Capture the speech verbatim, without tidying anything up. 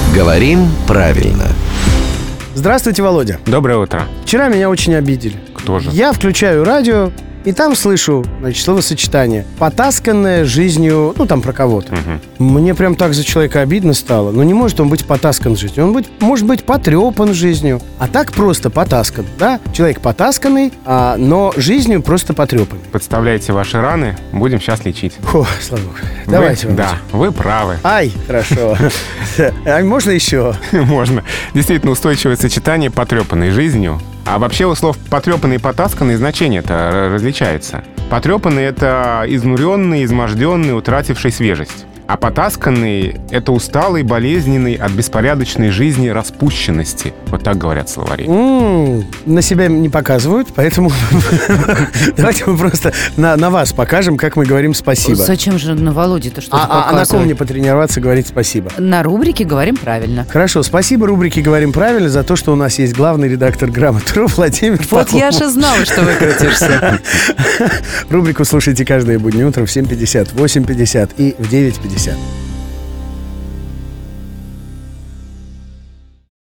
Говорим правильно. Здравствуйте, Володя. Доброе утро. Вчера меня очень обидели. Кто же? Я включаю радио, и там слышу, значит, словосочетание «потасканное жизнью», ну, там про кого-то. Угу. Мне прям так за человека обидно стало. Ну, не может он быть потаскан жизнью. Он быть, может быть потрепан жизнью. А так просто потаскан, да? Человек потасканный, а, но жизнью просто потрепан. Подставляете ваши раны, будем сейчас лечить. Фу, слава богу. Вы- Давайте, Володя. Да, вы правы. Ай, хорошо. А можно еще? Можно. Действительно, устойчивое сочетание потрепанной жизнью. А вообще у слов потрепанный и потасканный значение-то различается. Потрепанный — это изнуренный, изможденный, утративший свежесть. А потасканный — это усталый, болезненный от беспорядочной жизни распущенности. Вот так говорят словари. М, На себя не показывают, поэтому давайте мы просто на, на вас покажем, как мы говорим спасибо. Зачем же на Володе-то что-то А, а- а на ком показывать? мне потренироваться говорить спасибо? На рубрике «Говорим правильно». Хорошо, спасибо рубрике «Говорим правильно» за то, что у нас есть главный редактор «Грамотру» Владимир Вот я Пахомов. же знала, что выкрутишься. Рубрику слушайте каждое буднее утро в семь пятьдесят, восемь пятьдесят и в девять пятьдесят.